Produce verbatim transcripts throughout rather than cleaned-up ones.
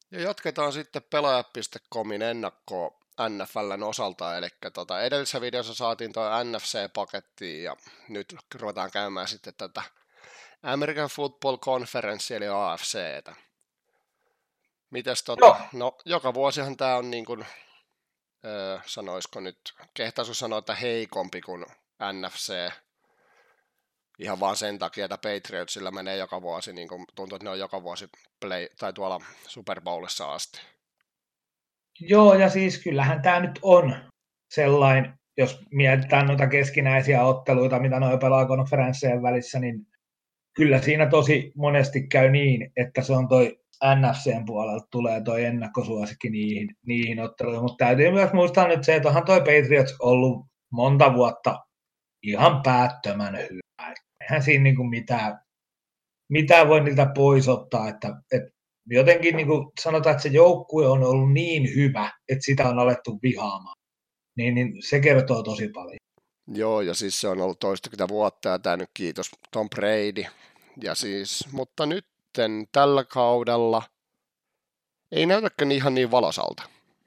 Ja jatketaan sitten pelaajat piste comin ennakkoa N F L:n osalta, eli tota, edellisessä videossa saatiin tuo N F C-paketti ja nyt ruvetaan käymään sitten tätä American Football Conference eli A F C:tä. Mites tota, Joo. no joka vuosihan tämä on niin kuin, öö, sanoisiko nyt, kehtaisu sanoa, että heikompi kuin N F C, ihan vaan sen takia, että Patriotsilla menee joka vuosi, niin kuin tuntuu, että ne on joka vuosi play, tai tuolla Super Bowlissa asti. Joo, ja siis kyllähän tämä nyt on sellainen, jos mietitään noita keskinäisiä otteluita, mitä noin pelaa konferenssien välissä, niin kyllä siinä tosi monesti käy niin, että se on toi N F C:n puolelta tulee toi ennakkosuosikki niihin, niihin otteluihin, mutta täytyy myös muistaa nyt se, että onhan toi Patriots ollut monta vuotta ihan päättömän hyvä. Eihän siinä niinku mitään, mitään voi niiltä pois ottaa, että, että jotenkin niin kuin sanotaan, että se joukkue on ollut niin hyvä, että sitä on alettu vihaamaan, niin, niin se kertoo tosi paljon. Joo, ja siis se on ollut toistakymmentä vuotta, ja tämä nyt kiitos Tom Brady. Ja siis, mutta nytten tällä kaudella ei näytäkään ihan niin valosalta.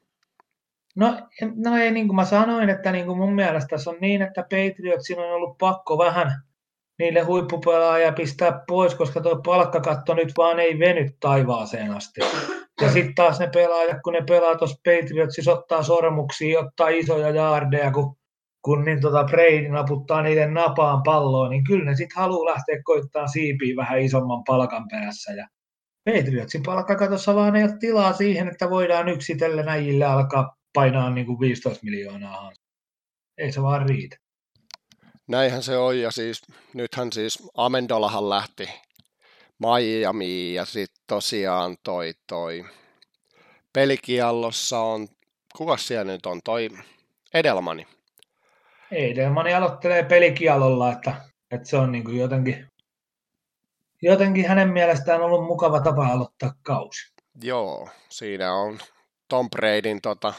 No, no ei, niin kuin mä sanoin, että niin kuin mun mielestä tässä on niin, että Patriotsin on ollut pakko vähän niille huippupelaajia pistää pois, koska tuo palkkakatto nyt vaan ei veny taivaaseen asti. Ja sitten taas ne pelaajat, kun ne pelaa tuossa Patriotsissa, ottaa sormuksia, ottaa isoja jaardeja, kun, kun niin tota Brady naputtaa niiden napaan palloon, niin kyllä ne sitten haluaa lähteä koittaa siipiä vähän isomman palkan perässä. Ja Patriotsin palkkakatossa vaan ei ole tilaa siihen, että voidaan yksitellen äijille alkaa painaa niin kuin viisitoista miljoonaa. Ei se vaan riitä. Näinhän se on, ja siis nythän siis Amendolahan lähti Miamiin, ja sitten tosiaan toi, toi pelikiallossa on, kuka siellä nyt on, toi Edelmani. Edelmani aloittelee pelikialolla, että, että se on niin kuin jotenkin, jotenkin hänen mielestään ollut mukava tapa aloittaa kausi. Joo, siinä on Tom Bradyn tota,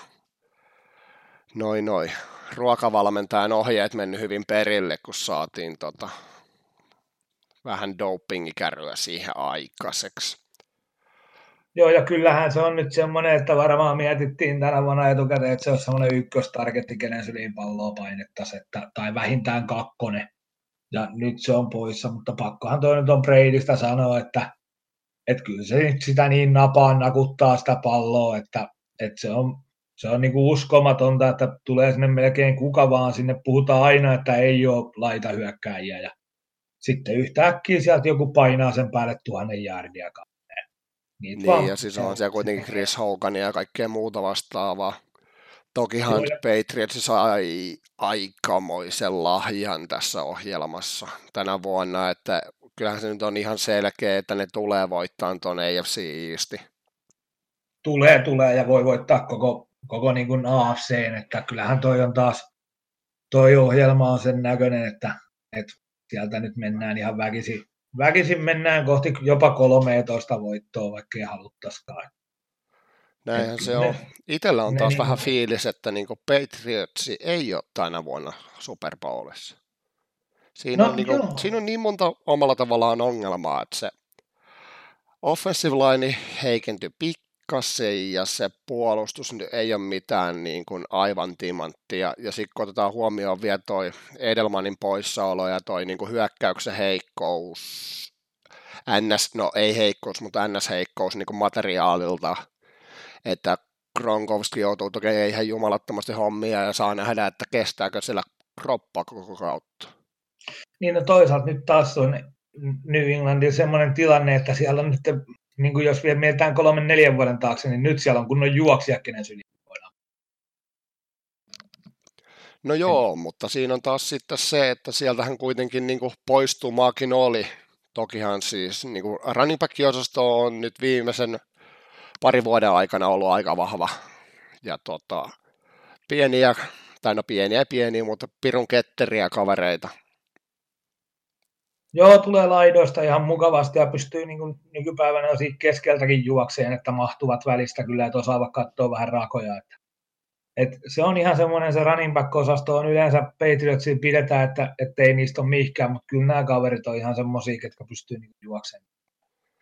noin noin ruokavalmentajan ohjeet mennyt hyvin perille, kun saatiin tota, vähän dopingikärryä siihen aikaiseksi. Joo, ja kyllähän se on nyt semmoinen, että varmaan mietittiin tänä vuonna etukäteen, että se on semmoinen ykköstargetti, kenen syliin palloa painettaisiin, että, tai vähintään kakkonen. Ja nyt se on poissa, mutta pakkohan toi nyt on Bradystä sanoa, että, että kyllä se nyt sitä niin napaan nakuttaa sitä palloa, että, että se on, se on niin kuin uskomatonta, että tulee sinne melkein kuka vaan, sinne puhutaan aina, että ei ole laita hyökkääjiä, ja sitten yhtäkkiä sieltä joku painaa sen päälle tuhannen jaardia. Niin, vaan, ja siis on siellä kuitenkin Chris Hogania ja kaikkea muuta vastaavaa. Tokihan Joo, Patriots sai aikamoisen lahjan tässä ohjelmassa tänä vuonna, että kyllähän se nyt on ihan selkeä, että ne tulee voittamaan tuon A F C Eastin. Tulee, tulee ja voi voittaa koko, koko niin kuin A F C:n, että kyllähän toi on taas, toi ohjelma on sen näköinen, että, että sieltä nyt mennään ihan väkisin, väkisin mennään kohti jopa kolmetoista voittoa, vaikka ei haluttaisikaan. Näinhän se on. Itellä on taas niin vähän fiilis, että niin Patriots ei ole tänä vuonna Super Bowlissa. Siinä, no, on niin kuin, siinä on niin monta omalla tavallaan ongelmaa, että se offensive line heikentyi pikkasen ja se puolustus ei ole mitään niin kuin aivan timanttia. Ja sitten kun otetaan huomioon vielä toi Edelmanin poissaolo ja toi niin kuin hyökkäyksen heikkous, N S, no ei heikkous, mutta N S-heikkous niin kuin materiaalilta, että Gronkowski joutuu tekemään ihan jumalattomasti hommia ja saa nähdä, että kestääkö siellä kroppaa koko kautta. Niin no toisaalta nyt taas on New Englandin semmoinen tilanne, että siellä on nyt, niin kuin jos vielä mietitään kolmen neljän vuoden taakse, niin nyt siellä on kunnon juoksija, kenen syliin voidaan. No joo, mutta siinä on taas sitten se, että sieltähän kuitenkin niin kuin poistumaakin oli. Tokihan siis niin kuin running back-osasto on nyt viimeisen parin vuoden aikana ollut aika vahva. Ja tota, pieniä, tai no pieniä ja pieniä, mutta pirun ketteriä kavereita. Joo, tulee laidoista ihan mukavasti ja pystyy niin kuin nykypäivänä jo siitä keskeltäkin juokseen, että mahtuvat välistä kyllä, että osaavat katsoa vähän rakoja. Että, että se on ihan semmoinen, se running back-osasto on yleensä Patriotsin pidetään, että, että ei niistä ole mihinkään, mutta kyllä nämä kaverit on ihan semmoisia, ketkä pystyy niin juokseen.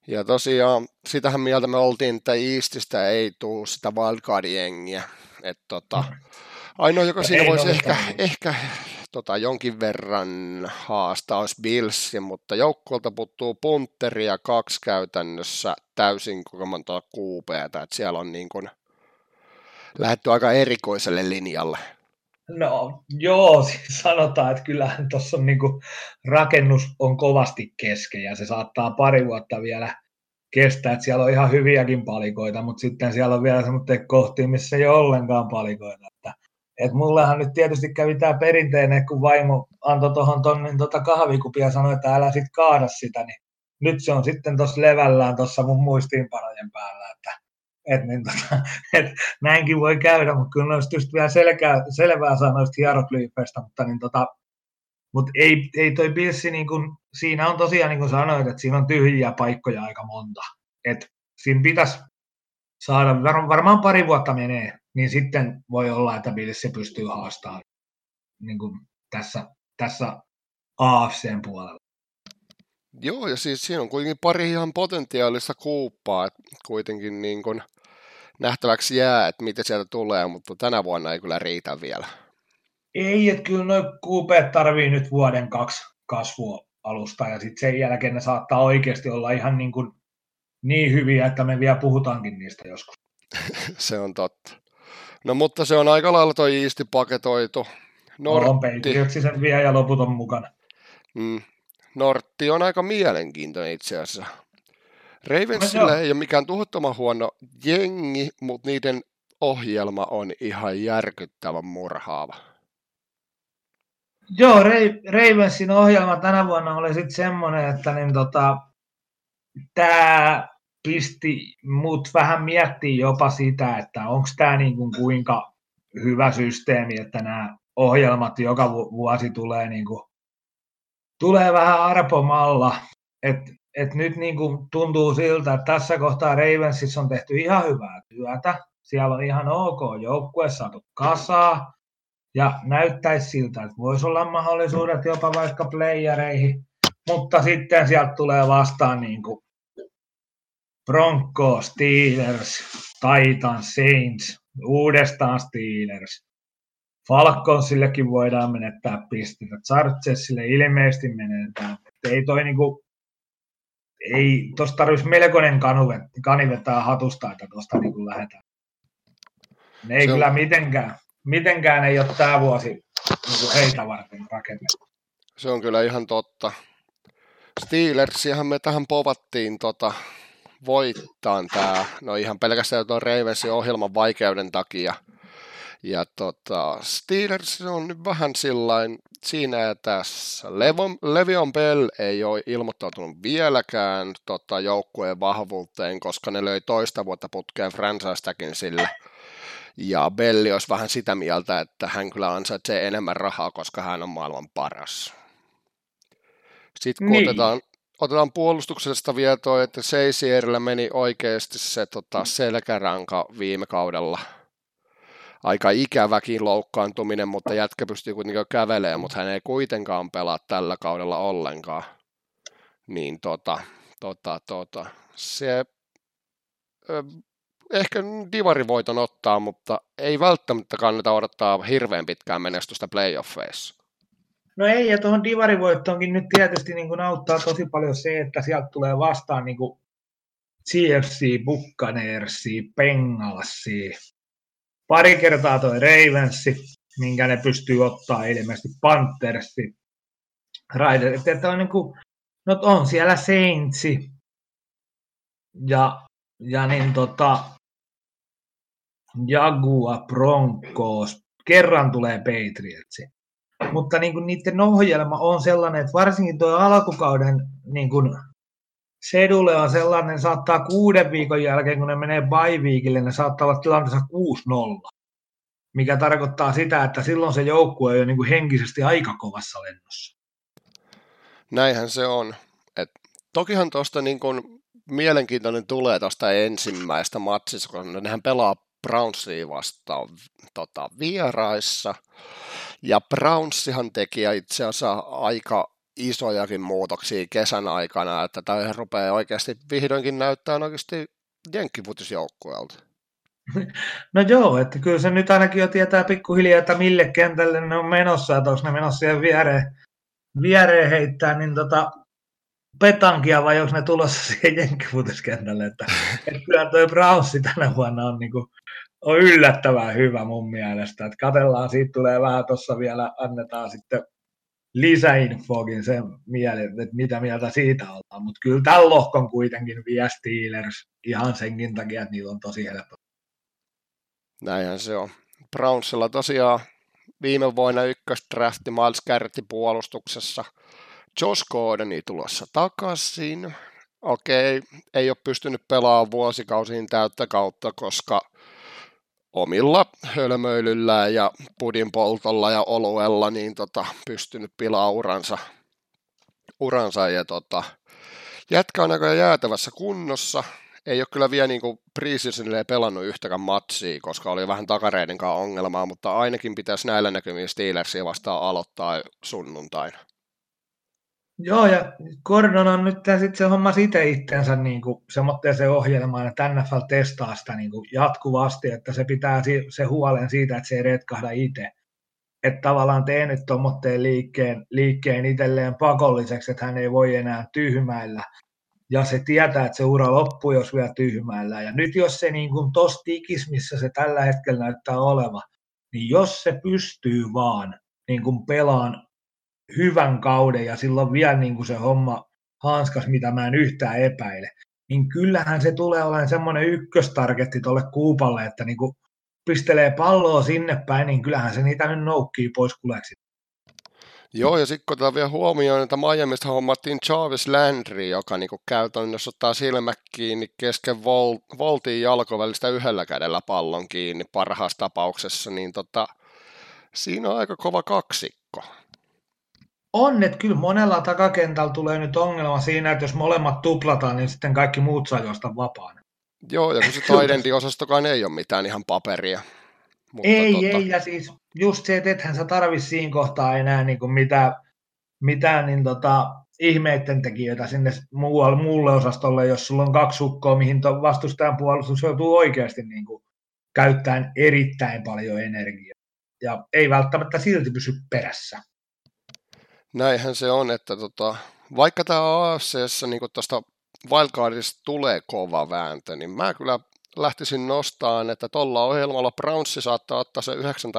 Ja tosiaan, sitähän mieltä me oltiin, että Eastistä ei tule sitä wildcard-jengiä. Että tota, ainoa, joka siinä voisi ehkä, ehkä tota, jonkin verran haastaa, olisi Billsi, mutta joukkueelta puuttuu punteri ja kaksi käytännössä täysin kokemonta kuupeata. Että siellä on niin kuin lähdetty aika erikoiselle linjalle. No joo, siis sanotaan, että kyllähän tuossa on niinku, rakennus on kovasti kesken ja se saattaa pari vuotta vielä kestää, että siellä on ihan hyviäkin palikoita, mutta sitten siellä on vielä semmoinen kohtia, missä ei ole ollenkaan palikoita. Että, et mullehan nyt tietysti kävi tämä perinteinen, kun vaimo antoi tuohon tonnin tota kahvikupia ja sanoi, että älä sit kaada sitä, niin nyt se on sitten tuossa levällään tuossa mun muistiinpanojen päällä, että et, niin tota, et, näinkin voi käydä, mutta kyllä olisi just vielä selkeä, selvää sanoista hieroglyyfeistä, mutta niin tota, Mutta ei, ei toi Billsi, niin kun, siinä on tosiaan niin kuin sanoit, että siinä on tyhjiä paikkoja aika monta. Et siinä pitäisi saada, varmaan pari vuotta menee, niin sitten voi olla, että Billsi pystyy haastamaan niin kuin tässä, tässä A F C:n puolella. Joo, ja siis siinä on kuitenkin pari ihan potentiaalista kuuppaa, että kuitenkin niin kuin nähtäväksi jää, että mitä sieltä tulee, mutta tänä vuonna ei kyllä riitä vielä. Ei, että kyllä nuo kuupeet tarvii nyt vuoden kaksi kasvua alusta, ja sitten sen jälkeen ne saattaa oikeasti olla ihan niin, kuin niin hyviä, että me vielä puhutaankin niistä joskus. Se on totta. No mutta se on aika lailla toi Easti paketoitu. Nortti. On Patriotsi sen vie ja loput on mukana. Mm. Nortti on aika mielenkiintoinen itse asiassa. Ravensillä no, ei ole mikään tuhottoman huono jengi, mutta niiden ohjelma on ihan järkyttävän murhaava. Joo, Ravensin ohjelma tänä vuonna oli sitten semmoinen, että niin tota, tämä pisti mut vähän miettiä jopa sitä, että onko tämä niinku kuinka hyvä systeemi, että nämä ohjelmat joka vuosi tulee, niinku, tulee vähän arpomalla. Et, et nyt niinku tuntuu siltä, että tässä kohtaa Ravensissa on tehty ihan hyvää työtä. Siellä on ihan ok joukkue saatu kasaa. Ja näyttäisi siltä, että voisi olla mahdollisuudet jopa vaikka playereihin, mutta sitten sieltä tulee vastaan niin kuin Broncos, Steelers, Titans, Saints, uudestaan Steelers. Falconsillekin voidaan menettää pisteitä, Chargersille ilmeisesti menetään. Ei toi niinku, ei, tosta tarvitsisi melkoinen kani vetää hatusta, että tosta niinku lähdetään. Ne ei Se kyllä on... mitenkään. Mitenkään ei ole tämä vuosi niin heitä varten rakennettu. Se on kyllä ihan totta. Steelersiähän me tähän povattiin tota, voittaan tämä, no ihan pelkästään tuon Ravensin ohjelman vaikeuden takia. Ja tota, Steelers on nyt vähän sillain siinä ja tässä. Le'Veon Bell ei ole ilmoittautunut vieläkään tota, joukkueen vahvuuteen, koska ne löi toista vuotta putkeen franchise-tagin sille. Ja Belli olisi vähän sitä mieltä, että hän kyllä ansaitsee enemmän rahaa, koska hän on maailman paras. Sitten kun niin. otetaan, otetaan puolustuksesta vielä toi, että Seisierillä meni oikeasti se tota, selkäranka viime kaudella. Aika ikäväkin loukkaantuminen, mutta jätkä pystyy kuitenkin kävelemään, mutta hän ei kuitenkaan pelaa tällä kaudella ollenkaan. Niin tota, tota, tota, se... Ö, ehkä divarivoiton ottaa, mutta ei välttämättä kannata odottaa hirveän pitkään menestystä playoffeissa. No ei, ja tuohon divarivoittoonkin nyt tietysti niin kuin auttaa tosi paljon se, että sieltä tulee vastaan niin kuin C F C, Buccaneersia, Bengalsia. Pari kertaa toi Ravensi, minkä ne pystyy ottaa ilmeisesti Panthersi. Raiders, että on, niin kuin, no on siellä Saintsi ja, ja niin tota, Jaguar, Broncos, kerran tulee Patriotsi. Mutta niin kuin niiden ohjelma on sellainen, että varsinkin tuo alkukauden niin kuin sedule on sellainen, saattaa kuuden viikon jälkeen, kun ne menee bye-weekille, ne saattaa olla tilanteessa kuusi nolla. Mikä tarkoittaa sitä, että silloin se joukkue on jo niin kuin henkisesti aika kovassa lennossa. Näinhän se on. Et tokihan tuosta niin kuin mielenkiintoinen tulee tuosta ensimmäistä matsista, kun nehän pelaa Brownsia vastaan tota, vieraissa. Ja Brownsihan teki itse asiassa aika isojakin muutoksia kesän aikana, että tämä rupeaa oikeasti vihdoinkin näyttämään oikeasti jenkkifutisjoukkueelta. No joo, että kyllä se nyt ainakin jo tietää pikkuhiljaa, että mille kentälle ne on menossa, että onko ne menossa siihen viereen, viereen heittää, niin tota, petankia vai onko ne tulossa siihen jenkkifutiskentälle, että, että kyllä tuo Brownsi tänä vuonna on, niin kuin, on yllättävän hyvä mun mielestä, että katsellaan, siitä tulee vähän tuossa vielä, annetaan sitten lisäinfoakin sen mielen, että mitä mieltä siitä ollaan, mutta kyllä tämän lohkon kuitenkin vie Steelers ihan senkin takia, että niillä on tosi helppo. Näinhän se on. Brownsilla tosiaan viime vuonna ykkösdrafti Miles Garrettin puolustuksessa. Josh Gordoni tulossa takaisin. Okei, ei ole pystynyt pelaamaan vuosikausiin täyttä kautta, koska omilla hölmöilyllään ja pudinpoltolla ja oluella niin tota, pystynyt pilaa uransa, uransa ja tota, jätkä on aika jäätävässä kunnossa. Ei ole kyllä vielä niin preseasonille pelannut yhtäkään matsia, koska oli vähän takareiden kanssa ongelmaa, mutta ainakin pitäisi näillä näkymiä Steelersia vastaan aloittaa sunnuntaina. Joo, ja Gordon on nyt sitten se homma itse itsensä niin semmoitteeseen ohjelmaan, että N F L testaa sitä niin kuin jatkuvasti, että se pitää se huolen siitä, että se ei retkahda itse. Että tavallaan tee nyt tuommoitteen liikkeen, liikkeen itselleen pakolliseksi, että hän ei voi enää tyhmäillä. Ja se tietää, että se ura loppuu, jos vielä tyhmäillä. Ja nyt jos se niin kuin tossa tikis, missä se tällä hetkellä näyttää oleva, niin jos se pystyy vaan niin kuin pelaan hyvän kauden ja silloin vielä niin kuin se homma hanskas, mitä mä en yhtään epäile, niin kyllähän se tulee olemaan semmoinen ykköstargetti tuolle Kuupalle, että niin kuin pistelee palloa sinne päin, niin kyllähän se niitä nyt noukkii pois kuleksi. Joo, ja sitten kun otetaan vielä huomioon, että Miamista hommattiin Jarvis Landry, joka niin kuin käytännössä ottaa silmät kiinni kesken vol- voltin jalkovälistä yhdellä kädellä pallon kiinni parhaassa tapauksessa, niin tota, siinä on aika kova kaksikko. On, että kyllä monella takakentällä tulee nyt ongelma siinä, että jos molemmat tuplataan, niin sitten kaikki muut saa juosta vapaana. Joo, ja kun se taidendi-osastokaan ei ole mitään ihan paperia. Mutta ei, tota... ei, ja siis just se, että ethän sä tarvitse siinä kohtaa enää niin kuin mitään, mitään niin tota, ihmeitten tekijöitä sinne muualle, muulle osastolle, jos sulla on kaksi sukkoa, mihin vastustajan puolustus joutuu oikeasti niin kuin käyttämään erittäin paljon energiaa. Ja ei välttämättä silti pysy perässä. Näinhän se on, että tota, vaikka tämä A F C:ssä niin tuosta wildcardista tulee kova vääntö, niin mä kyllä lähtisin nostamaan, että tuolla ohjelmalla Brownsi saattaa ottaa se yhdeksän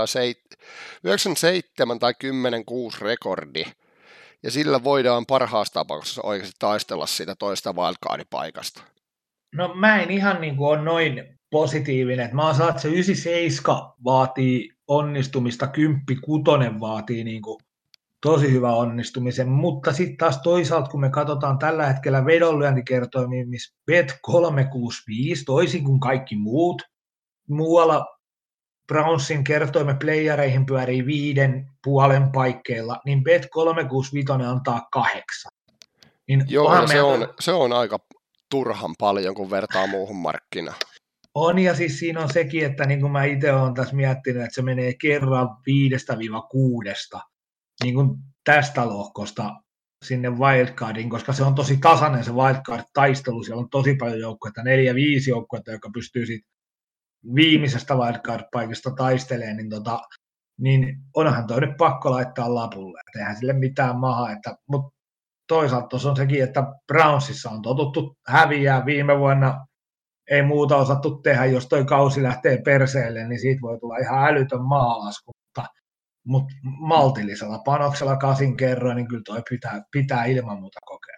seitsemän tai kymmenen kuusi rekordi, ja sillä voidaan parhaassa tapauksessa oikeasti taistella siitä toista wildcard-paikasta. No mä en ihan niin kuin ole noin positiivinen, että mä oon saanut, että se yhdeksänkymmentäseitsemän vaatii onnistumista, kymmenen kuusi vaatii niin kuin tosi hyvä onnistumisen, mutta sitten taas toisaalta, kun me katsotaan tällä hetkellä vedonlyöntikertoimia, missä bet kolme kuusi viisi, toisin kuin kaikki muut, muualla Brownsin kertoimme playereihin pyörii viiden puolen paikkeilla, niin bet kolme kuusi viisi antaa kahdeksan. Niin joo, ja se on, se on aika turhan paljon, kun vertaa muuhun markkinaan. On, ja siis siinä on sekin, että niin kuin mä itse olen tässä miettinyt, että se menee kerran viidestä kuudesta niin kuin tästä lohkosta sinne wildcardiin, koska se on tosi tasainen se wildcard-taistelu, siellä on tosi paljon joukkueita, neljä, viisi joukkuetta, joka pystyy siitä viimeisestä wildcard-paikasta taistelemaan, niin, tota, niin onhan toi nyt pakko laittaa lapulle, että eihän sille mitään maha, että, mutta toisaalta tuossa on sekin, että Brownsissa on totuttu häviää viime vuonna, ei muuta osattu tehdä, jos toi kausi lähtee perseelle, niin siitä voi tulla ihan älytön maalasku, mutta mutta maltillisella panoksella kasin kerroin, niin kyllä toi pitää, pitää ilman muuta kokea.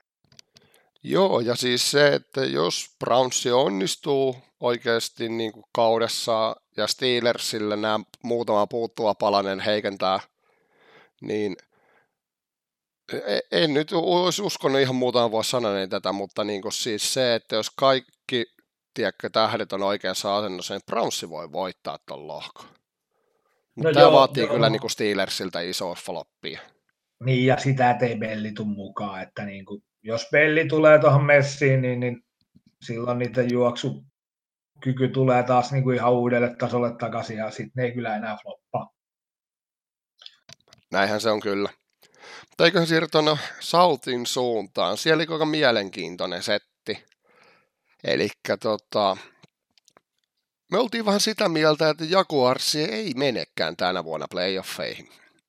Joo, ja siis se, että jos Brownsi onnistuu oikeasti niin kuin kaudessa ja Steelersille nämä muutama puuttuva palanen heikentää, niin en nyt olisi uskonut ihan muutama vuosi sanoneen tätä, mutta niin kuin siis se, että jos kaikki tiedätkö, tähdet on oikeassa asennossa, niin Brownsi voi voittaa tuon lohkon. Mutta no tämä joo, vaatii joo. kyllä niin kuin Steelersiltä isoa floppia. Niin, ja sitä ei Belli tule mukaan, että niin kuin, jos Belli tulee tuohon messiin, niin, niin silloin niiden juoksukyky tulee taas niin kuin ihan uudelle tasolle takaisin, ja sitten ne ei kyllä enää floppaa. Näinhän se on kyllä. Mutta eiköhän siirry tuonne Southin suuntaan. Siellä oli aika mielenkiintoinen setti. Eli tota, me oltiin vähän sitä mieltä, että Jaguars ei menekään tänä vuonna playoffeihin.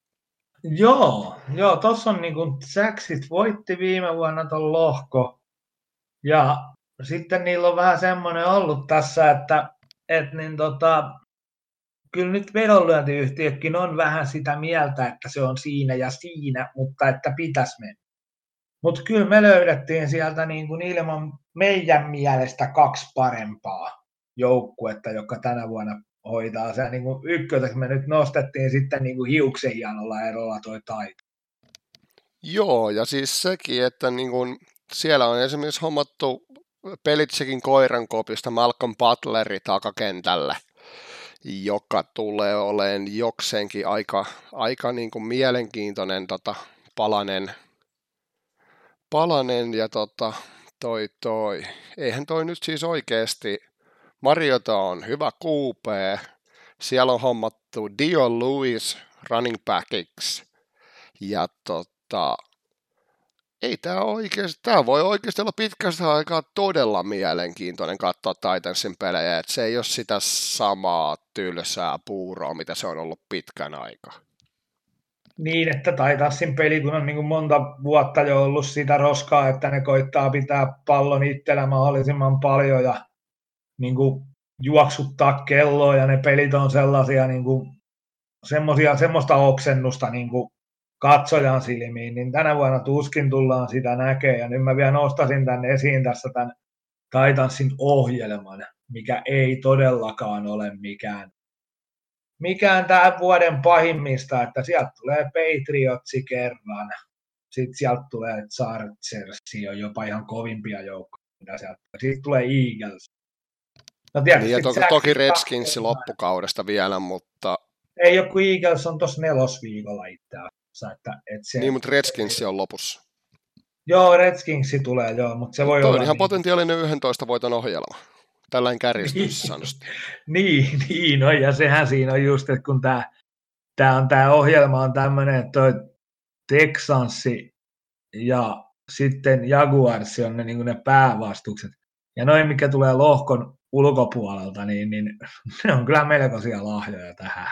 Joo, joo, tossa on niin kuin Jacksit voitti viime vuonna ton lohko. Ja sitten niillä on vähän semmoinen ollut tässä, että et niin tota, kyllä nyt vedonlyöntiyhtiökin on vähän sitä mieltä, että se on siinä ja siinä, mutta että pitäisi mennä. Mutta kyllä me löydettiin sieltä niin kuin ilman meidän mielestä kaksi parempaa joukkuetta, joka tänä vuonna hoitaa sen. Niin kuin ykköseksi me nyt nostettiin sitten niin kuin hiuksen hienolla erolla toi taito. Joo, ja siis sekin, että niin kun siellä on esimerkiksi hommattu Pelitsekin koirankopista Malcolm Butleri takakentällä, joka tulee olemaan jokseenkin aika, aika niin kuin mielenkiintoinen tota, palanen, palanen ja tota, toi toi. Eihän toi nyt siis oikeasti, Mariota on hyvä kuupee, siellä on hommattu Dion Lewis running backiksi ja tota, ei tämä oikeasti, tämä voi oikeasti olla pitkästä aikaa todella mielenkiintoinen katsoa Titansin pelejä, että se ei ole sitä samaa tylsää puuroa, mitä se on ollut pitkän aikaa. Niin, että Titansin peli, kun on niin kuin monta vuotta jo ollut sitä roskaa, että ne koittaa pitää pallon itsellä mahdollisimman paljon ja niin kuin juoksuttaa kelloa ja ne pelit on sellaisia niin kuin, semmosia, semmoista oksennusta niin kuin katsojan silmiin, niin tänä vuonna tuskin tullaan sitä näkemään. Ja nyt mä vielä nostasin tänne esiin tässä tämän Titansin ohjelman, mikä ei todellakaan ole mikään, mikään tämän vuoden pahimmista, että sieltä tulee Patriotsi kerran, sitten sieltä tulee Chargersi, on jopa ihan kovimpia joukkoja, mitä sieltä tulee. Sitten tulee Eagles. No niin ja to- toki Redskinsi loppukaudesta vielä, mutta... Ei joku Eagles on tuossa nelosviikolla itse asiassa. Että, et se, niin, mutta Redskinsi on lopussa. Joo, Redskinsi tulee, joo, mutta se Mut voi toi olla... on ihan niin... potentiaalinen yhdentoista voiton ohjelma. Tällainen kärjistys sanosti. niin, niin on, ja sehän siinä on just, että kun tämä tää on, tää ohjelma on tämmöinen, että toi Texansi ja sitten Jaguars on ne, niin ne päävastukset. Ja noin, mikä tulee lohkon ulkopuolelta, niin, niin ne on kyllä melkoisia lahjoja tähän.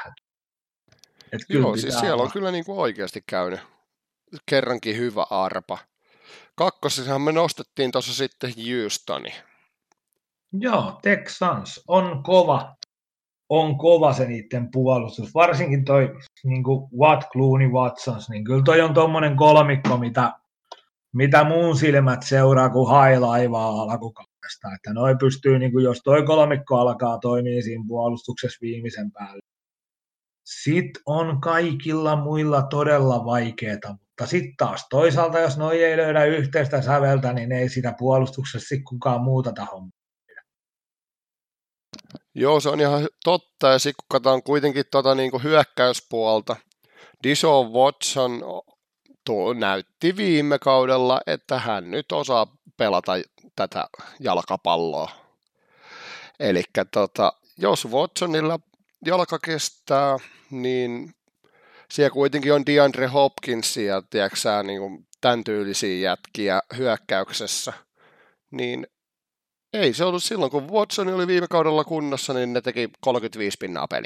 Et Joo, siis siellä olla. on kyllä niin kuin oikeasti käynyt kerrankin hyvä arpa. Kakkosessahan me nostettiin tuossa sitten Houstoni. Joo, Texans on kova, on kova se niiden puolustus. Varsinkin toi niin kuin Watt, Clooney, Watsons, niin kyllä toi on tommonen kolmikko, mitä, mitä mun silmät seuraa, kun hailaivaa alkukaudesta. Että noi pystyy, niin kuin jos toi kolmikko alkaa toimia siinä puolustuksessa viimeisen päälle. Sitten on kaikilla muilla todella vaikeeta, mutta sitten taas toisaalta, jos noi ei löydä yhteistä säveltä, niin ei sitä puolustuksessa sit kukaan muuta taho. Joo, se on ihan totta, ja sitten kun katsotaan kuitenkin tuota niin kuin hyökkäyspuolta, Deshaun Watson tuo näytti viime kaudella, että hän nyt osaa pelata tätä jalkapalloa. Eli tota, jos Watsonilla jalka kestää, niin siellä kuitenkin on DeAndre Hopkins ja tiedätkö, niin kuin tämän tyylisiä jätkiä hyökkäyksessä, niin ei se ollut silloin, kun Watson oli viime kaudella kunnossa, niin ne teki kolmekymmentäviisi pinnaa peli.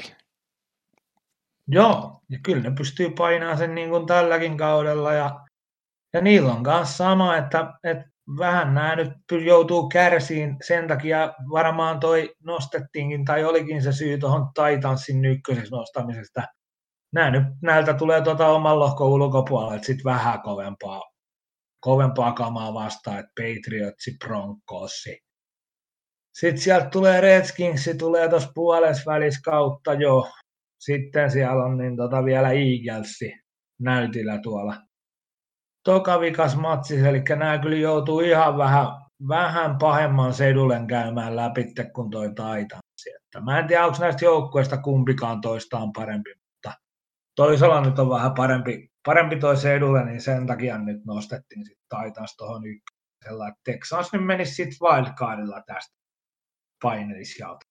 Joo, ja kyllä ne pystyy painamaan sen niin kuin tälläkin kaudella, ja, ja niillä on myös sama, että, että vähän nämä nyt joutuu kärsiin, sen takia varmaan toi nostettiinkin, tai olikin se syy tuohon Titansin ykköseksi nostamisesta. Nämä nyt, näiltä tulee tuota oman lohkon ulkopuolelta sitten vähän kovempaa, kovempaa kamaa vastaan, että Patriotsi, Broncoosi. Sitten sieltä tulee Redskinsi, tulee tuossa puolessa välissä kautta jo. Sitten siellä on niin tota vielä Eaglesi näytillä tuolla tokavikas matsis, eli nämä kyllä joutuu ihan vähän, vähän pahemman sedulen käymään läpi kuin toi Titanssi. Mä en tiedä, onko näistä joukkueista kumpikaan toistaan parempi, mutta toisella nyt on vähän parempi, parempi toi sedulle, niin sen takia nyt nostettiin sitten Titans tuohon ykkösellä. Texans nyt menisi sitten wildcardilla tästä finalisjalta.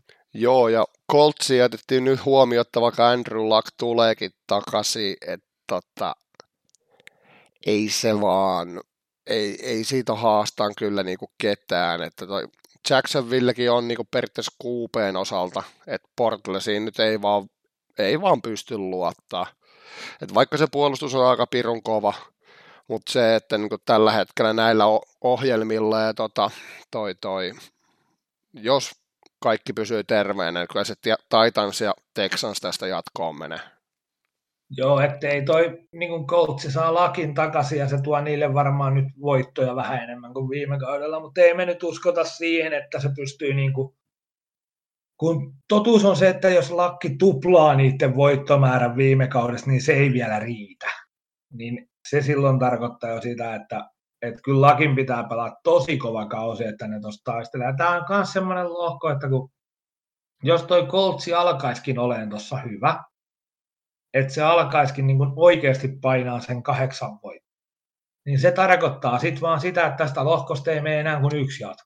Joo, ja Coltsi jätettiin nyt huomiotta, vaikka Andrew Luck tuleekin takaisin, että tota, ei se vaan, ei, ei siitä haastaan kyllä niinku ketään, että toi Jacksonvillekin on niinku periaatteessa kuupeen osalta, että Portlesiin nyt ei vaan, ei vaan pysty luottaa. Et vaikka se puolustus on aika pirun kova, mutta se, että niinku tällä hetkellä näillä ohjelmilla ja tota, toi, toi, jos kaikki pysyy terveenä, niin kyllä se Titans ja Texans tästä jatkoon menee. Joo, ettei toi niin Coltsi saa lakin takaisin ja se tuo niille varmaan nyt voittoja vähän enemmän kuin viime kaudella, mutta ei me nyt uskota siihen, että se pystyy niin kuin, kun totuus on se, että jos lakki tuplaa niiden voittomäärän viime kaudesta, niin se ei vielä riitä. Niin se silloin tarkoittaa jo sitä, että, että kyllä lakin pitää pelata tosi kova kausi, että ne tuossa taistelee. Tämä on myös semmoinen lohko, että kun, jos toi Coltsi alkaisikin olemaan tuossa hyvä, että se alkaisikin niin kuin oikeasti painaa sen kahdeksan voittoa, niin se tarkoittaa sitten vaan sitä, että tästä lohkosta ei mene enää kuin yksi jatko.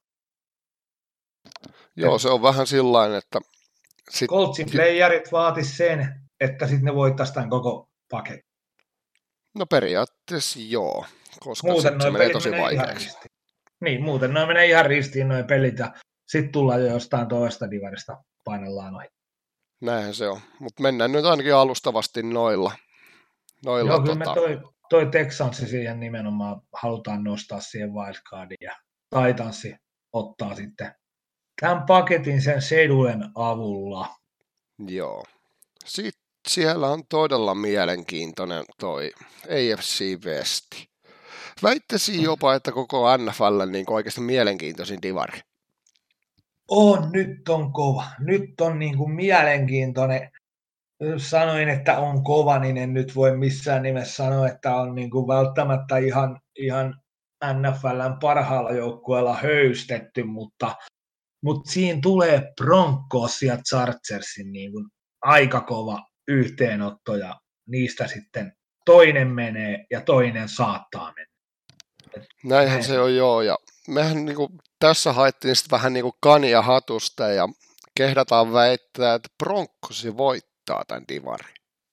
Joo, se on vähän sillain, että... Sit... Coltsin playerit vaatis sen, että sitten ne voittaisi tämän koko paketin. No periaatteessa joo, koska muuten se menee tosi vaikeaksi. Niin, muuten noin menee ihan ristiin noin pelit ja sitten tullaan jo jostain toista divarista painellaan noin. Näinhän se on, mutta mennään nyt ainakin alustavasti noilla. noilla Joo, kyllä tota... me toi, toi Texansi siihen nimenomaan halutaan nostaa siihen wildcardiin ja Titansi ottaa sitten tämän paketin sen sedulen avulla. Joo. Sitten siellä on todella mielenkiintoinen toi A F C Westi. Väittäisin jopa, että koko N F L niin oikeasti mielenkiintoisin divari. On, nyt on kova. Nyt on niin kuin mielenkiintoinen. Jos sanoin, että on kova, niin en nyt voi missään nimessä sanoa, että on niin kuin välttämättä ihan, ihan N F L:n parhaalla joukkueella höystetty, mutta, mutta siinä tulee Broncos ja Chargersin niin kuin aika kova yhteenotto ja niistä sitten toinen menee ja toinen saattaa mennä. Näinhän Näin. se on joo, ja mehän niin kuin, tässä haettiin sitten vähän niin kuin kania hatusta ja kehdataan väittää, että Broncosi voittaa tämän divarin.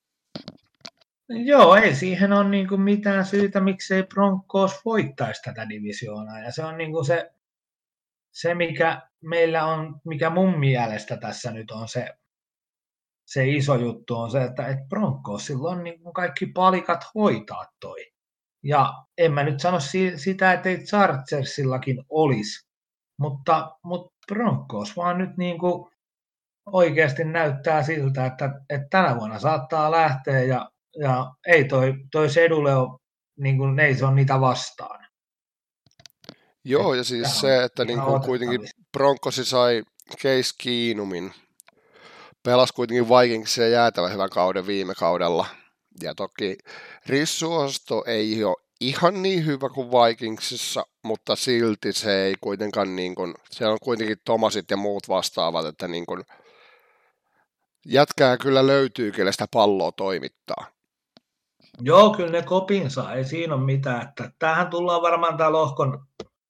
Joo, ei siihen ole niin kuin mitään syytä, miksei Broncos voittaisi tätä divisioonaa. Ja se on niin kuin se, se, mikä meillä on, mikä mun mielestä tässä nyt on se, se iso juttu, on se, että, että Broncosilla on niin kuin kaikki palikat hoitaa toi. Ja en mä nyt sano sitä, että ei Chargersillakin olisi, mutta, mutta Broncos vaan nyt niin kuin oikeasti näyttää siltä, että, että tänä vuonna saattaa lähteä ja Ja ei toi, toi Sedule ole, niin kuin, ei se on niitä vastaan. Joo, ja siis se, että niin kuin kuitenkin Broncosi sai Case Keenumin, pelasi kuitenkin Vikingsia jäätävän hyvän kauden viime kaudella. Ja toki rissuosto ei ole ihan niin hyvä kuin Vikingsissa, mutta silti se ei kuitenkaan, niin kuin, siellä on kuitenkin Thomasit ja muut vastaavat, että niin kuin, jätkää kyllä löytyy, kelle sitä palloa toimittaa. Joo, kyllä ne kopinsa, ei siinä ole mitään. Että tämähän tullaan varmaan tämä lohkon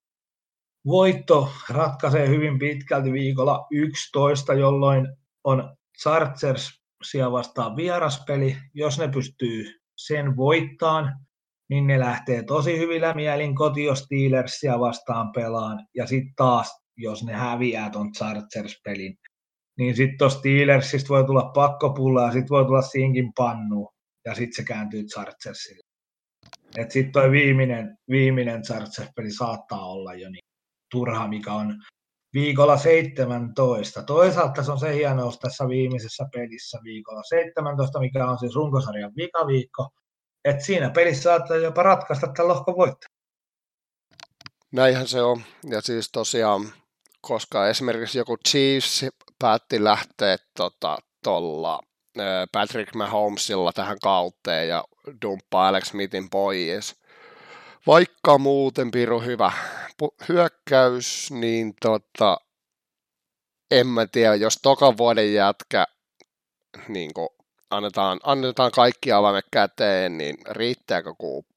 voitto ratkaisee hyvin pitkälti viikolla yksitoista, jolloin on Chargersia vastaan vieraspeli. Jos ne pystyy sen voittaan, niin ne lähtee tosi hyvillä mielin koti, jos Steelersia vastaan pelaan. Ja sitten taas, jos ne häviää ton Chargers-pelin, niin sitten tuosta Steelersista voi tulla pakkopulla ja sitten voi tulla siinkin pannuun. Ja sitten se kääntyy Chargersille. Että sitten toi viimeinen, viimeinen Chargers-peli saattaa olla jo niin turha, mikä on viikolla seitsemäntoista. Toisaalta se on se hienous tässä viimeisessä pelissä viikolla seitsemäntoista, mikä on siis runkosarjan vikaviikko. Että siinä pelissä saattaa jopa ratkaista tämän lohkon voittaa. Näinhän se on. Ja siis tosiaan, koska esimerkiksi joku Chiefs päätti lähteä tuolla tota, Patrick Mahomesilla tähän kauteen ja dumppaa Alex Smithin pois. Vaikka muuten piru hyvä hyökkäys, niin tota, en mä tiedä, jos tokan vuoden jätkä niin annetaan, annetaan kaikki avaimet käteen, niin riittääkö kuuppa?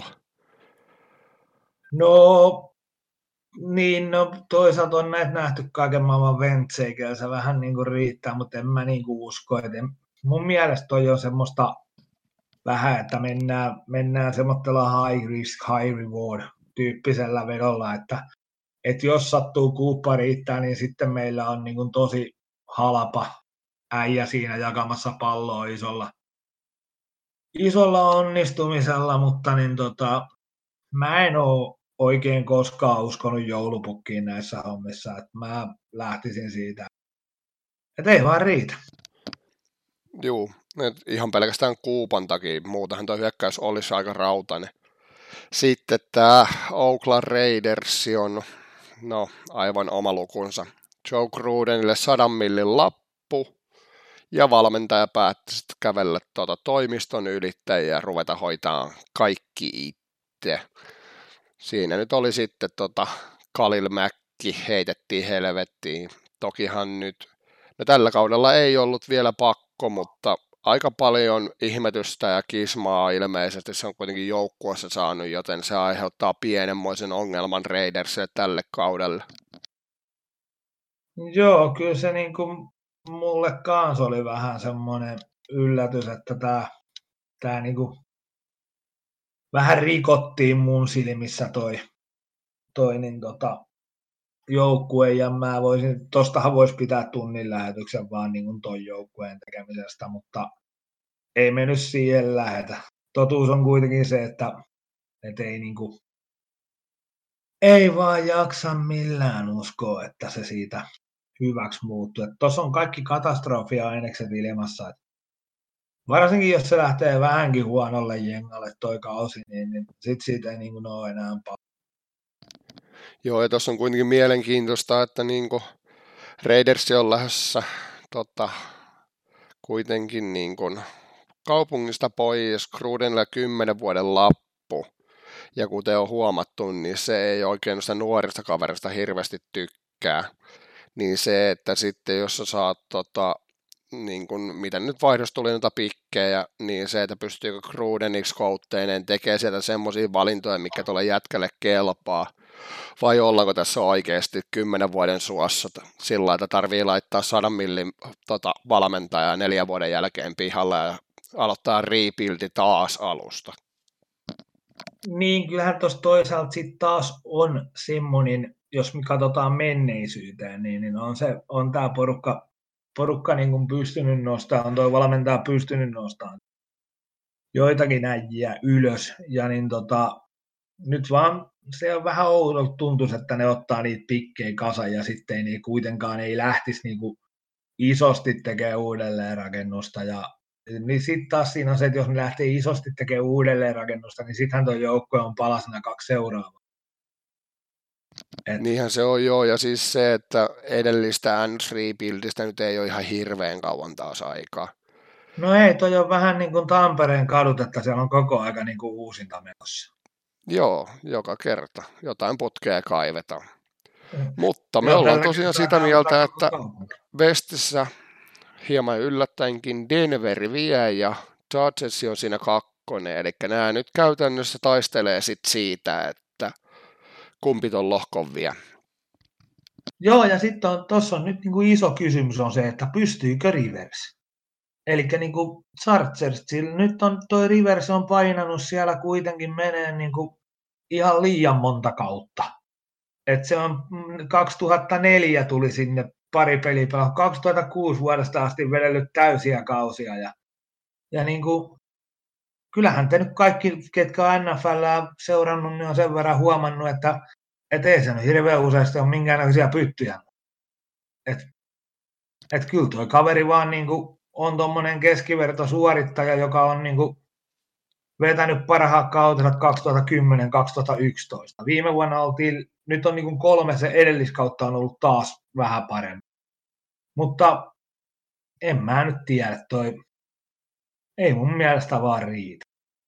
No, niin, no toisaalta on näitä nähty kaiken maailman ventseikä, se vähän niin kuin riittää, mutta en mä niin kuin usko, että mun mielestä toi on semmoista vähän, että mennään, mennään semmoisella high risk, high reward tyyppisellä vedolla, että, että jos sattuu kuuppa riittää, niin sitten meillä on niin kuin tosi halpa äijä siinä jakamassa palloa isolla, isolla onnistumisella, mutta niin tota, mä en ole oikein koskaan uskonut joulupukkiin näissä hommissa, että mä lähtisin siitä, että ei vaan riitä. Juu, ihan pelkästään kuupan takia, muutenhan tuo hyökkäys olisi aika rautainen. Sitten tämä Oakland Raiders on no, aivan oma lukunsa. Joe Grudenille sadan millin lappu, ja valmentaja päätti sitten kävellä tuota toimiston ylitteen ja ruveta hoitaa kaikki itse. Siinä nyt oli sitten tota Khalil Mäkki heitettiin helvettiin. Tokihan nyt, no tällä kaudella ei ollut vielä pakko, mutta aika paljon ihmetystä ja kismaa ilmeisesti se on kuitenkin joukkueessa saanut, joten se aiheuttaa pienenmoisen ongelman Raidersille tälle kaudelle. Joo, kyllä se niin kuin mulle kans oli vähän semmoinen yllätys, että tämä tää niin kuin vähän rikottiin mun silmissä toi, toi niin tota, joukkue, ja mä voisin, tostahan voisi pitää tunnin lähetyksen vaan niin kuin toi joukkueen tekemisestä, mutta ei me nyt siihen lähetä. Totuus on kuitenkin se, että et ei, niin kuin, ei vaan jaksa millään uskoa, että se siitä hyväksi muuttuu. Tuossa on kaikki katastrofia-ainekset ilmassa. Et varsinkin jos se lähtee vähänkin huonolle jengalle toi kausi, niin, niin sit siitä ei niin kuin ole enää paljon. Joo, ja tuossa on kuitenkin mielenkiintoista, että niin kuin Raiders on lähdössä tota, kuitenkin niin kuin kaupungista pois, Grudenilla kymmenen vuoden lappu, ja kuten on huomattu, niin se ei oikein sitä nuorista kaverista hirveästi tykkää, niin se, että sitten jos sä saat tota, niin kun, mitä nyt vaihdossa tuli noita pikkejä, niin se, että pystyykö Grudeniksi koutteineen tekee sieltä semmoisia valintoja, mikä tuolle jätkälle kelpaa, vai ollaanko tässä oikeasti kymmenen vuoden suossa sillä, että tarvii laittaa sadan millin tota, valmentajaa neljän vuoden jälkeen pihalle ja aloittaa rebuildi taas alusta. Niin, kyllähän tuossa toisaalta sitten taas on semmoinen, jos me katsotaan menneisyyteen, niin, niin on, se, on tämä porukka, porukka niin kuin pystynyt nostamaan, on tuo valmentaja pystynyt nostamaan joitakin äijää ylös, ja niin tota, nyt vaan se on vähän oudolta tuntuisi, että ne ottaa niitä pikkejä kasa, ja sitten niin kuitenkaan ei lähtisi niin kuin isosti tekemään uudelleenrakennusta, ja niin sitten taas siinä on se, että jos ne lähtee isosti tekemään uudelleenrakennusta, niin sittenhän tuo joukkue on palasena kaksi seuraavaa. Et... Niinhän se on joo, ja siis se, että edellistä N rebuildistä nyt ei ole ihan hirveän kauan taas aikaa. No ei, toi on vähän niin kuin Tampereen kadut, että siellä on koko aika niin kuin uusinta menossa. Joo, joka kerta. Jotain putkea kaivetaan. Mm. Mutta me Joo, ollaan tosiaan sitä mieltä, että Westissä hieman yllättäenkin Denver vie ja Chargers on siinä kakkonen, eli nämä nyt käytännössä taistelee sit siitä, että kumpi ton lohkon vie. Joo, ja sitten tuossa on nyt niinku iso kysymys on se, että pystyykö Rivers? Eli niinku Chargers, nyt on toi Rivers on painanut siellä kuitenkin menee niinku ihan liian monta kautta. Et se on kaksituhattaneljä tuli sinne pari pelipelaa, kaksituhattakuusi vuodesta asti vedellyt täysiä kausia. Ja, ja niin kuin, kyllähän te nyt kaikki, ketkä on N F L seurannut, niin on sen verran huomannut, että et ei se nyt hirveän useasti ole minkäännäköisiä pyttyjä. Et, et kyllä tuo kaveri vaan niin kuin on tuommoinen keskivertosuorittaja, joka on niin kuin vetänyt parhaat kautensa kaksituhattakymmenen kaksituhattayksitoista. Viime vuonna oltiin, nyt on niin kuin kolme, se edelliskautta on ollut taas vähän parempi. Mutta en mä nyt tiedä, toi ei mun mielestä vaan riitä.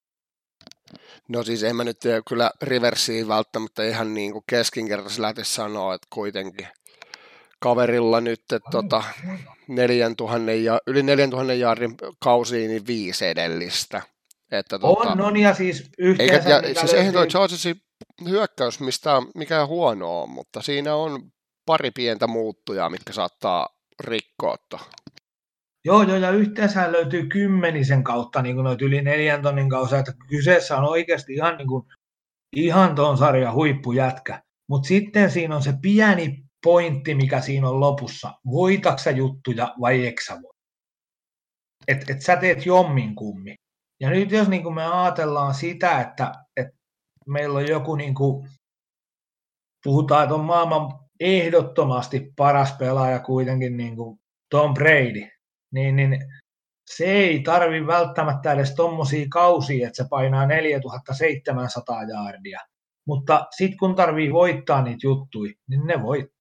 No siis en mä nyt tiedä, kyllä Riversiin välttämättä ihan niin kuin keskinkertaisesti lähti sanoa, että kuitenkin kaverilla nyt että tota, neljäntuhannen ja, yli neljäntuhannen jaarin kausiin niin viisi edellistä. Että, tuota, on, on ja siis yhteensä... Eikä, ja, siis eihän tuo Chargersin hyökkäys mistään mikään huono on, mutta siinä on pari pientä muuttujaa, mitkä saattaa rikkoa. Joo, joo, ja yhteensä löytyy kymmenisen kautta niin noita yli neljän tonnin kausia, että kyseessä on oikeasti ihan, niin kuin, ihan ton sarjan huippujätkä. Mutta sitten siinä on se pieni pointti, mikä siinä on lopussa. Voitatko juttuja vai eikö sä voi? Että et sä teet jommin kummin. Ja nyt jos niin me ajatellaan sitä, että, että meillä on joku, niin kuin, puhutaan, että on maailman ehdottomasti paras pelaaja kuitenkin niin kuin Tom Brady, niin, niin se ei tarvi välttämättä edes tommosia kausia, että se painaa neljätuhattaseitsemänsataa jaardia. Mutta sitten kun tarvii voittaa niitä juttuja, niin ne voittaa.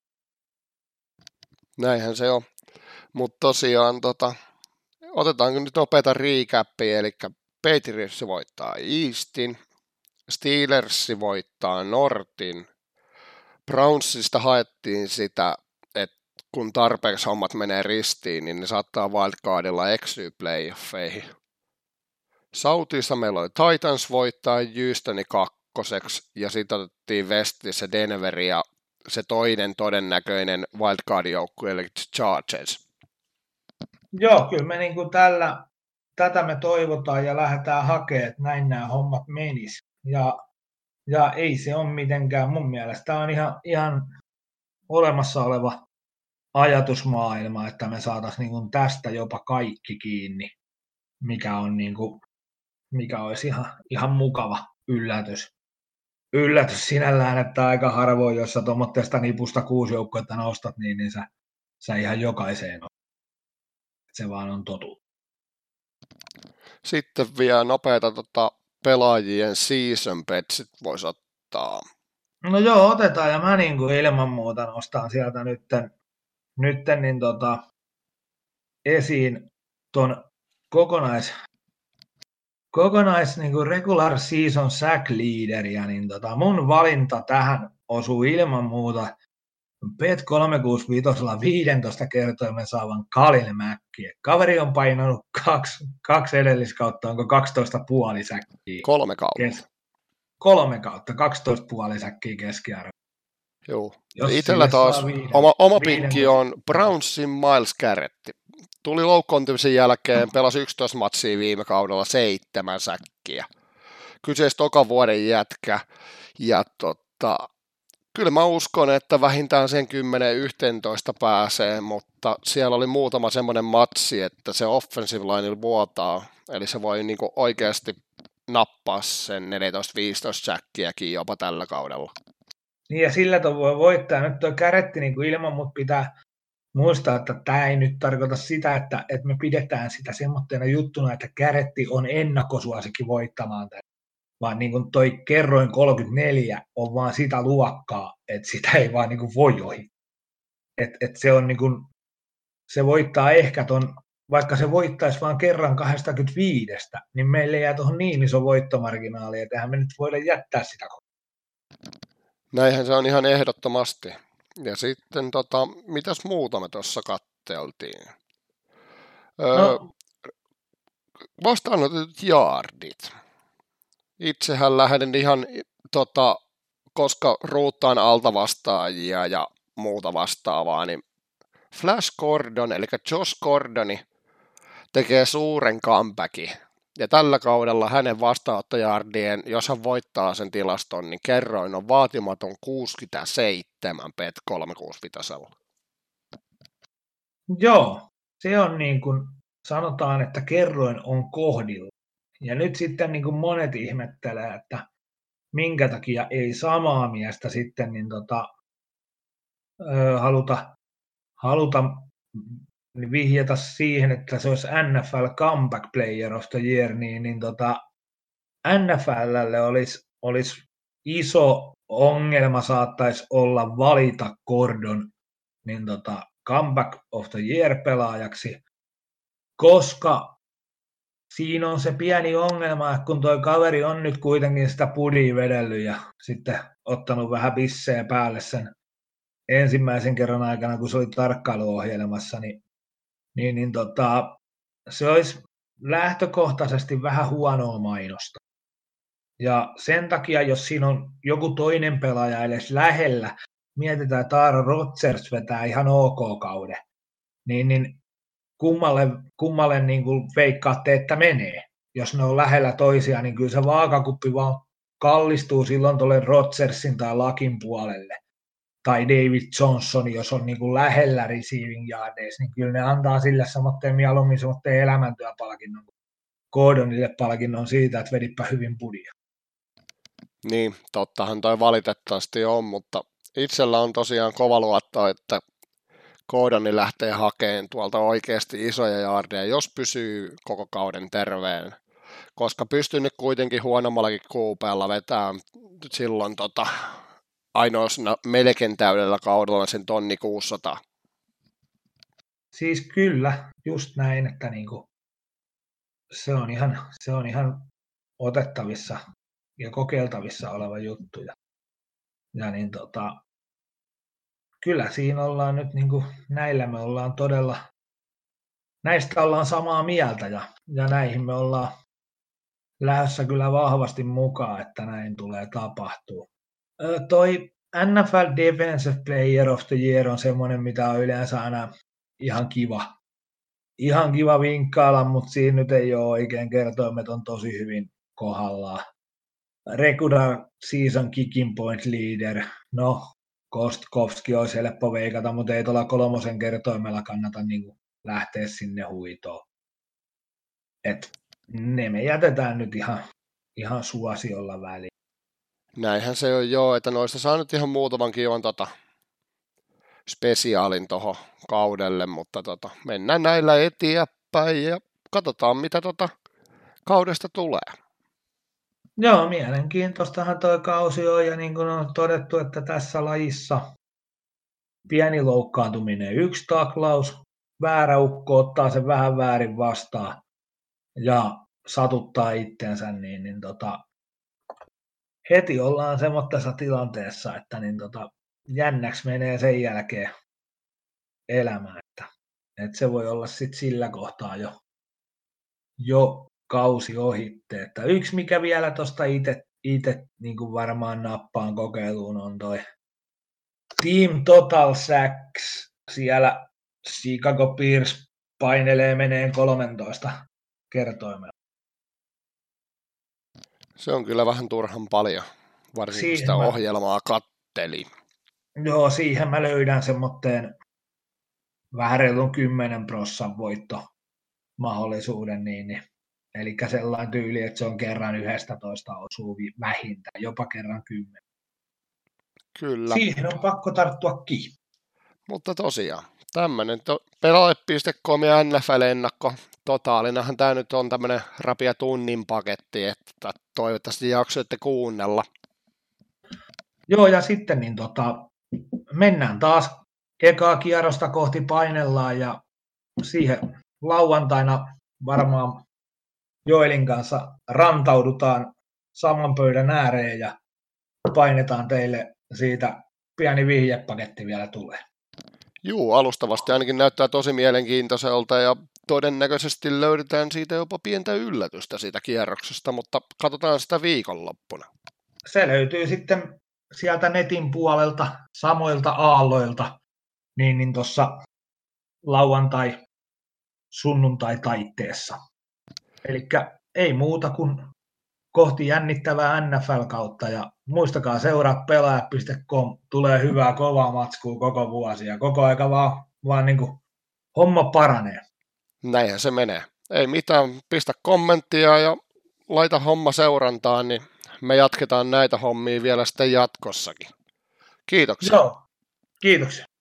Näinhän se on. Mutta tosiaan, tota, otetaanko nyt nopeita recapia, eli Patriots voittaa Eastin, Steelers voittaa Nortin, Brownsista haettiin sitä, että kun tarpeeksi hommat menee ristiin, niin ne saattaa wildcardilla eksyä playoffeihin. Southissa meillä oli Titans voittaa Houstoni kakkoseksi, ja sitten otettiin Westissä Denver ja se toinen todennäköinen wildcard-joukkue, eli Chargers. Joo, kyllä me niin kuin tällä, tätä me toivotaan ja lähdetään hakemaan, että näin nämä hommat menis. Ja, ja ei se ole mitenkään, mun mielestä tämä on ihan, ihan olemassa oleva ajatusmaailma, että me saataisiin niin kuin tästä jopa kaikki kiinni, mikä, on niin kuin, mikä olisi ihan, ihan mukava yllätys. Yllätys sinällään, että aika harvoin, jos sä tuommoitteesta nipusta kuusi joukkuetta nostat, niin, niin sä, sä ihan jokaiseen on. Se vaan on totuus. Sitten vielä nopeita tota, pelaajien season betsit voisi ottaa. No joo, otetaan, ja mä niin kuin ilman muuta nostan sieltä nytten, nytten niin tota, esiin ton kokonais, kokonais niin kuin regular season sack leaderia, niin tota, mun valinta tähän osuu ilman muuta Bet kolmesataakuusikymmentäviisi viisitoista kertoimen saavan Khalil Mackie. Kaveri on painanut kaksi, kaksi edelliskautta, onko kaksitoista puoli säkkiä? Kolme kautta. Kes- kolme kautta, kaksitoista puoli säkkiä keskiarvo. Joo. Itsellä taas viiden, oma, oma pikki on Brownsin Miles Garrett. Tuli loukkaantumisen jälkeen, pelasi yksitoista matsia viime kaudella, seitsemän säkkiä. Kyseessä toka vuoden jätkä. Ja tota, kyllä mä uskon, että vähintään sen kymmenen yksitoista pääsee, mutta siellä oli muutama semmoinen matsi, että se offensive line vuotaa. Eli se voi niinku oikeasti nappaa sen neljätoista viisitoista säkkiäkin jopa tällä kaudella. Niin ja sillä voi voittaa. Nyt tuo Garretti niin kuin ilman mut pitää muistaa, että tämä ei nyt tarkoita sitä, että, että me pidetään sitä semmoitteena juttuna, että Garretti on ennakkosuosikin voittamaan tämän. Vaan niin kuin toi kerroin kolmekymmentäneljä on vaan sitä luokkaa, että sitä ei vaan niin kuin voi ohi. Et, et se, on niin kuin, se voittaa ehkä ton, vaikka se voittaisi vaan kerran kaksikymmentäviisi, niin meille jää tuohon niin iso voittomarginaali, että eihän me nyt voida jättää sitä. Näinhän se on ihan ehdottomasti. Ja sitten, tota, mitäs muuta me tuossa katteltiin? Öö, no. Vastaanotetut jaardit. Itsehän lähden ihan, tota, koska ruuttaan alta vastaajia ja muuta vastaavaa, niin Flash Gordon, eli Josh Gordoni, tekee suuren comebackin. Ja tällä kaudella hänen vastaanottojardien, jos hän voittaa sen tilaston, niin kerroin on vaatimaton kuusikymmentäseitsemän Bet kolmesataakuusikymmentäviisi. Joo, se on niin kuin sanotaan, että kerroin on kohdilla. Ja nyt sitten niin kuin monet ihmettelee, että minkä takia ei samaa miestä sitten niin tota, ö, haluta, haluta vihjata siihen, että se olisi N F L Comeback Player of the Year, niin, niin tota, N F L:lle olisi, olisi iso ongelma saattaisi olla valita Gordon niin tota, Comeback of the Year-pelaajaksi, koska siinä on se pieni ongelma, että kun toi kaveri on nyt kuitenkin sitä pudia vedellyt ja sitten ottanut vähän bissejä päälle sen ensimmäisen kerran aikana, kun se oli tarkkailuohjelmassa, niin, niin, niin tota, se olisi lähtökohtaisesti vähän huonoa mainosta. Ja sen takia, jos siinä on joku toinen pelaaja edes lähellä, mietitään, että Aaron Rodgers vetää ihan ok kauden, niin, niin kummalle, kummalle niin kuin veikkaatte, että menee. Jos ne on lähellä toisiaan, niin kyllä se vaakakuppi vaan kallistuu silloin tuolle Rodgersin tai Lakin puolelle. Tai David Johnson, jos on niin kuin lähellä receiving yardeissa, niin kyllä ne antaa sille semmoitteen mieluummin semmoitteen elämäntyöpalkinnon. Gordonille palkinnon siitä, että vedipä hyvin pudia. Niin, tottahan toi valitettavasti on, mutta itsellä on tosiaan kova luotto, että Gordoni lähtee hakemaan tuolta oikeasti isoja jaardeja, jos pysyy koko kauden terveen. Koska pystyy nyt kuitenkin huonommallakin kuupeella vetämään silloin tota, ainoastaan melkein täydellä kaudella sen tonni kuusisataa. Siis kyllä, just näin, että niinku, se, on ihan, se on ihan otettavissa ja kokeiltavissa oleva juttu. Ja, ja niin tota, kyllä siinä ollaan nyt, niinku, näillä me ollaan todella, näistä ollaan samaa mieltä ja, ja näihin me ollaan lähdössä kyllä vahvasti mukaan, että näin tulee tapahtua. Ö, toi N F L Defensive Player of the Year on semmoinen, mitä on yleensä aina ihan kiva. Ihan kiva vinkkailla, mutta siinä nyt ei ole oikein, kertoimet on tosi hyvin kohdallaan. Regular season kicking point leader. No, Kostkowski olisi helppo veikata, mutta ei tuolla kolmosen kertoimella kannata niin kuin lähteä sinne huitoon. Et ne me jätetään nyt ihan, ihan suosiolla väliin. Näinhän se on joo, että noista saa nyt ihan muutaman kivan tota, spesiaalin tuohon kaudelle, mutta tota, mennään näillä eteenpäin ja katsotaan mitä tota kaudesta tulee. Joo, mielenkiintoistahan toi kausi on ja niin kuin on todettu, että tässä lajissa pieni loukkaantuminen, yksi taklaus, väärä ukko ottaa sen vähän väärin vastaan ja satuttaa itsensä, niin, niin tota, heti ollaan semmoisessa tilanteessa, että niin tota, jännäksi menee sen jälkeen elämä, että, että se voi olla sit sillä kohtaa jo, jo kausi ohitte. Että yksi mikä vielä tuosta itse niin varmaan nappaan kokeiluun on toi Team Total Sacks. Siellä Chicago Bears painelee meneen kolmetoista kertoimella. Se on kyllä vähän turhan paljon, varsinkin siihen sitä mä, ohjelmaa katteli. Joo, siihen mä löydän semmoitteen vähän reilun kymmenen prossan voitto mahdollisuuden, niin, niin. Eli sellainen tyyli, että se on kerran yksitoista osuu vähintään, jopa kerran kymmenen. Kyllä. Siihen on pakko tarttua kiinni. Mutta tosiaan, tämmöinen to- pelaaja piste com ja N F L-ennakko. Totaalinahan tämä nyt on tämmöinen rapia tunnin paketti, että toivottavasti jaksoitte kuunnella. Joo, ja sitten niin tota, mennään taas ekaa kierrosta kohti, painellaan ja siihen lauantaina varmaan Joelin kanssa rantaudutaan saman pöydän ääreen ja painetaan teille siitä pieni vihjepaketti vielä tulee. Juu, alustavasti ainakin näyttää tosi mielenkiintoiselta ja todennäköisesti löydetään siitä jopa pientä yllätystä siitä kierroksesta, mutta katsotaan sitä viikonloppuna. Se löytyy sitten sieltä netin puolelta samoilta aalloilta, niin, niin tuossa lauantai sunnuntai taitteessa. Eli ei muuta kuin kohti jännittävää N F L-kautta ja muistakaa seuraa pelaaja piste com, tulee hyvää kovaa matskua koko vuosi ja koko aika vaan, vaan niin kuin homma paranee. Näinhän se menee. Ei mitään, pistä kommenttia ja laita homma seurantaan, niin me jatketaan näitä hommia vielä sitten jatkossakin. Kiitoksia. Joo, kiitoksia.